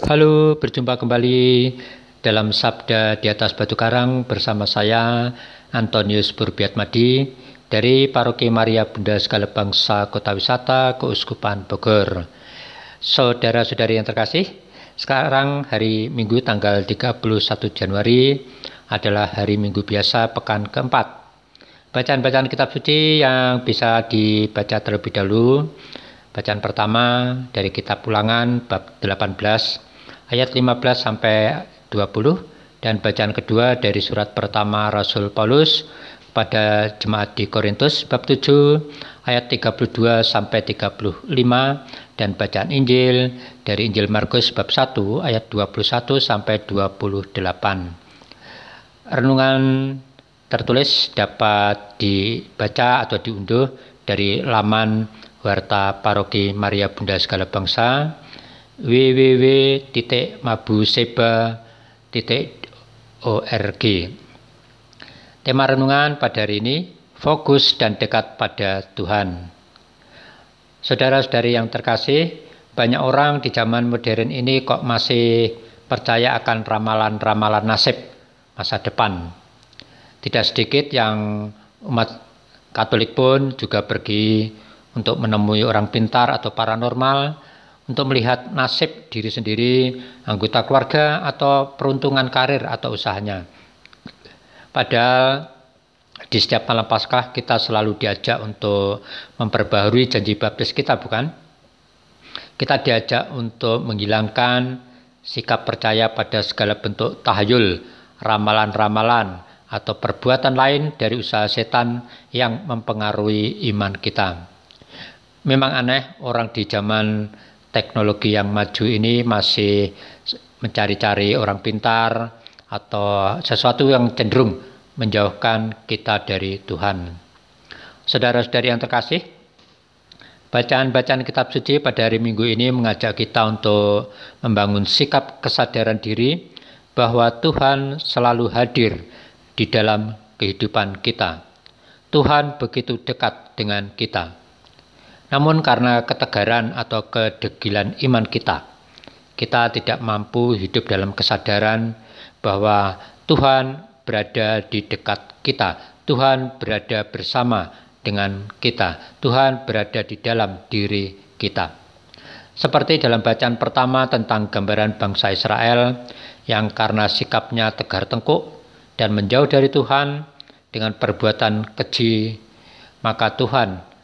Halo, berjumpa kembali dalam Sabda di atas Batu Karang bersama saya, Antonius Burbiatmadi, dari Paroki Maria Bunda Segala Bangsa Kota Wisata Keuskupan Bogor. Saudara-saudari yang terkasih, sekarang hari Minggu tanggal 31 Januari adalah hari Minggu biasa pekan keempat. Bacaan-bacaan kitab suci yang bisa dibaca terlebih dahulu. Bacaan pertama dari kitab Ulangan bab 18 ayat 15 sampai 20 dan bacaan kedua dari surat pertama Rasul Paulus pada jemaat di Korintus bab 7 ayat 32 sampai 35 dan bacaan Injil dari Injil Markus bab 1 ayat 21 sampai 28. Renungan tertulis dapat dibaca atau diunduh dari laman Warta Paroki Maria Bunda Segala Bangsa www.mabuseba.org. Tema renungan pada hari ini, fokus dan dekat pada Tuhan. Saudara-saudari yang terkasih, banyak orang di zaman modern ini kok masih percaya akan ramalan-ramalan nasib masa depan. Tidak sedikit yang umat Katolik pun juga pergi untuk menemui orang pintar atau paranormal, untuk melihat nasib diri sendiri, anggota keluarga, atau peruntungan karir atau usahanya. Padahal di setiap malam Paskah kita selalu diajak untuk memperbaharui janji baptis kita, bukan? Kita diajak untuk menghilangkan sikap percaya pada segala bentuk tahayul, ramalan-ramalan, atau perbuatan lain dari usaha setan yang mempengaruhi iman kita. Memang aneh orang di zaman teknologi yang maju ini masih mencari-cari orang pintar atau sesuatu yang cenderung menjauhkan kita dari Tuhan. Saudara-saudari yang terkasih, bacaan-bacaan kitab suci pada hari Minggu ini mengajak kita untuk membangun sikap kesadaran diri bahwa Tuhan selalu hadir di dalam kehidupan kita. Tuhan begitu dekat dengan kita. Namun karena ketegaran atau kedegilan iman kita tidak mampu hidup dalam kesadaran bahwa Tuhan berada di dekat kita. Tuhan berada bersama dengan kita. Tuhan berada di dalam diri kita. Seperti dalam bacaan pertama tentang gambaran bangsa Israel yang karena sikapnya tegar tengkuk dan menjauh dari Tuhan dengan perbuatan keji, maka Tuhan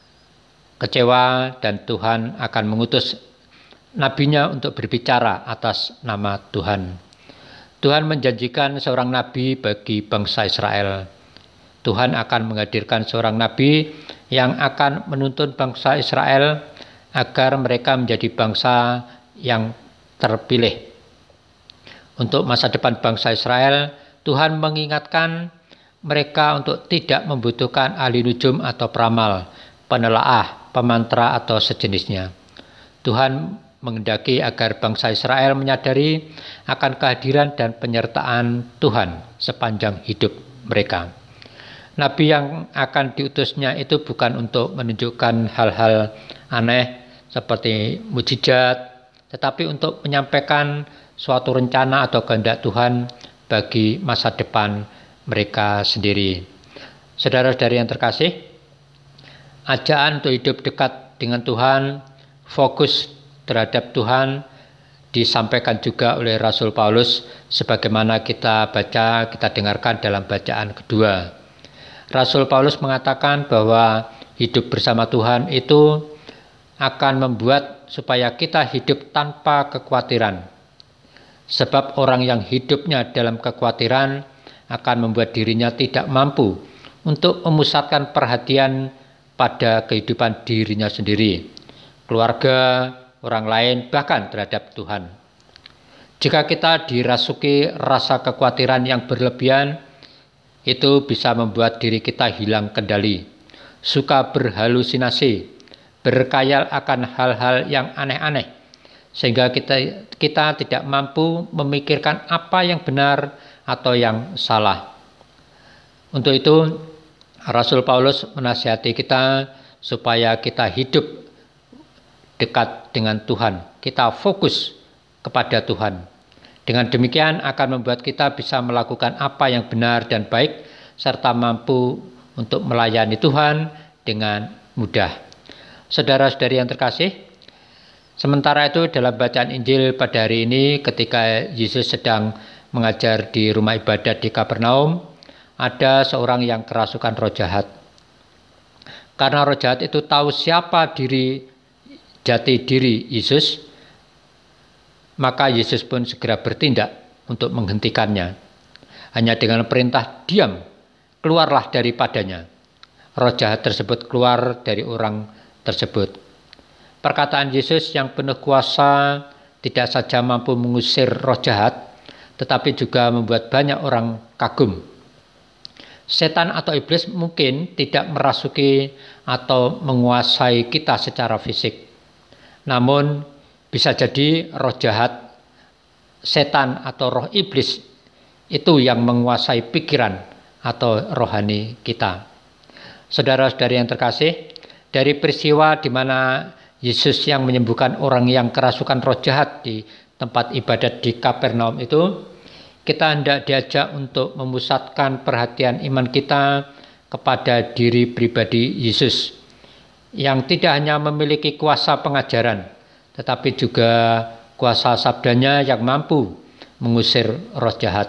kecewa dan Tuhan akan mengutus nabinya untuk berbicara atas nama Tuhan. Tuhan menjanjikan seorang nabi bagi bangsa Israel. Tuhan akan menghadirkan seorang nabi yang akan menuntun bangsa Israel agar mereka menjadi bangsa yang terpilih. Untuk masa depan bangsa Israel, Tuhan mengingatkan mereka untuk tidak membutuhkan ahli nujum atau peramal, penelaah, pemantra atau sejenisnya. Tuhan menghendaki agar bangsa Israel menyadari akan kehadiran dan penyertaan Tuhan sepanjang hidup mereka. Nabi yang akan diutusnya itu bukan untuk menunjukkan hal-hal aneh seperti mujizat, tetapi untuk menyampaikan suatu rencana atau kehendak Tuhan bagi masa depan mereka sendiri. Saudara-saudari yang terkasih, ajakan untuk hidup dekat dengan Tuhan, fokus terhadap Tuhan disampaikan juga oleh Rasul Paulus sebagaimana kita baca, kita dengarkan dalam bacaan kedua. Rasul Paulus mengatakan bahwa hidup bersama Tuhan itu akan membuat supaya kita hidup tanpa kekhawatiran. Sebab orang yang hidupnya dalam kekhawatiran akan membuat dirinya tidak mampu untuk memusatkan perhatian pada kehidupan dirinya sendiri, keluarga, orang lain, bahkan terhadap Tuhan. Jika kita dirasuki rasa kekhawatiran yang berlebihan, itu bisa membuat diri kita hilang kendali, suka berhalusinasi, berkhayal akan hal-hal yang aneh-aneh, sehingga kita tidak mampu memikirkan apa yang benar atau yang salah. Untuk itu, Rasul Paulus menasihati kita supaya kita hidup dekat dengan Tuhan. Kita fokus kepada Tuhan. Dengan demikian akan membuat kita bisa melakukan apa yang benar dan baik serta mampu untuk melayani Tuhan dengan mudah. Saudara-saudari yang terkasih, sementara itu dalam bacaan Injil pada hari ini ketika Yesus sedang mengajar di rumah ibadat di Kapernaum, ada seorang yang kerasukan roh jahat. Karena roh jahat itu tahu siapa jati diri Yesus, maka Yesus pun segera bertindak untuk menghentikannya. Hanya dengan perintah diam, keluarlah daripadanya. Roh jahat tersebut keluar dari orang tersebut. Perkataan Yesus yang penuh kuasa tidak saja mampu mengusir roh jahat, tetapi juga membuat banyak orang kagum. Setan atau iblis mungkin tidak merasuki atau menguasai kita secara fisik. Namun bisa jadi roh jahat, setan atau roh iblis itu yang menguasai pikiran atau rohani kita. Saudara-saudari yang terkasih, dari peristiwa di mana Yesus yang menyembuhkan orang yang kerasukan roh jahat di tempat ibadat di Kapernaum itu, kita hendak diajak untuk memusatkan perhatian iman kita kepada diri pribadi Yesus yang tidak hanya memiliki kuasa pengajaran, tetapi juga kuasa sabdanya yang mampu mengusir roh jahat.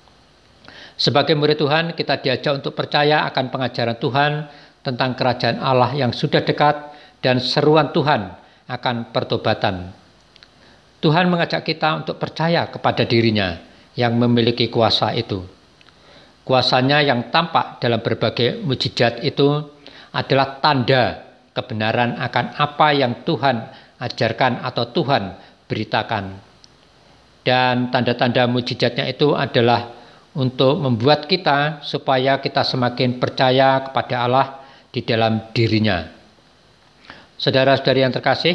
Sebagai murid Tuhan, kita diajak untuk percaya akan pengajaran Tuhan tentang kerajaan Allah yang sudah dekat dan seruan Tuhan akan pertobatan. Tuhan mengajak kita untuk percaya kepada dirinya yang memiliki kuasa itu. Kuasanya yang tampak dalam berbagai mujizat itu adalah tanda kebenaran akan apa yang Tuhan ajarkan atau Tuhan beritakan. Dan tanda-tanda mujizatnya itu adalah untuk membuat kita supaya kita semakin percaya kepada Allah di dalam dirinya. Saudara-saudari yang terkasih,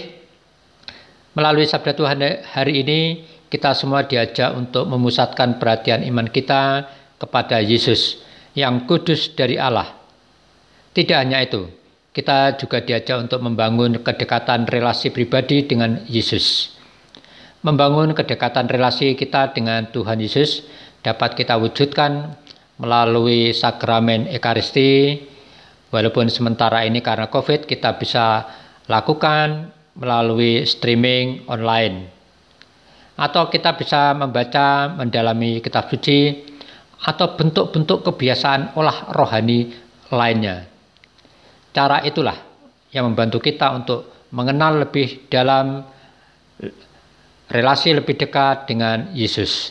melalui sabda Tuhan hari ini kita semua diajak untuk memusatkan perhatian iman kita kepada Yesus yang kudus dari Allah. Tidak hanya itu, kita juga diajak untuk membangun kedekatan relasi pribadi dengan Yesus. Membangun kedekatan relasi kita dengan Tuhan Yesus dapat kita wujudkan melalui sakramen Ekaristi. Walaupun sementara ini karena COVID kita bisa lakukan melalui streaming online. Atau kita bisa membaca, mendalami kitab suci, atau bentuk-bentuk kebiasaan olah rohani lainnya. Cara itulah yang membantu kita untuk mengenal lebih dalam, relasi lebih dekat dengan Yesus.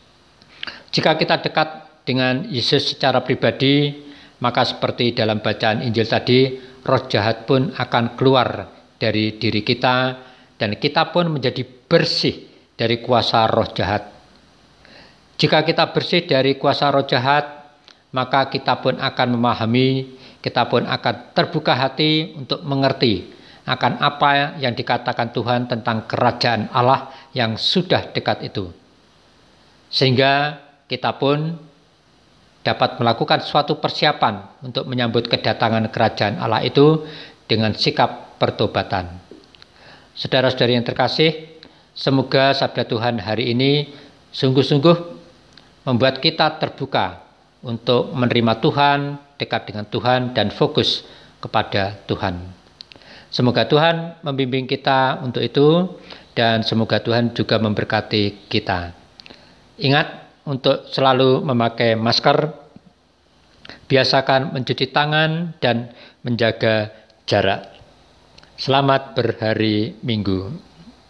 Jika kita dekat dengan Yesus secara pribadi, maka seperti dalam bacaan Injil tadi, roh jahat pun akan keluar dari diri kita dan kita pun menjadi bersih dari kuasa roh jahat. Jika kita bersih dari kuasa roh jahat, maka kita pun akan memahami, kita pun akan terbuka hati untuk mengerti akan apa yang dikatakan Tuhan tentang kerajaan Allah yang sudah dekat itu. Sehingga kita pun dapat melakukan suatu persiapan untuk menyambut kedatangan kerajaan Allah itu dengan sikap pertobatan. Saudara-saudari yang terkasih, semoga sabda Tuhan hari ini sungguh-sungguh membuat kita terbuka untuk menerima Tuhan, dekat dengan Tuhan, dan fokus kepada Tuhan. Semoga Tuhan membimbing kita untuk itu, dan semoga Tuhan juga memberkati kita. Ingat untuk selalu memakai masker, biasakan mencuci tangan, dan menjaga jarak. Selamat berhari Minggu.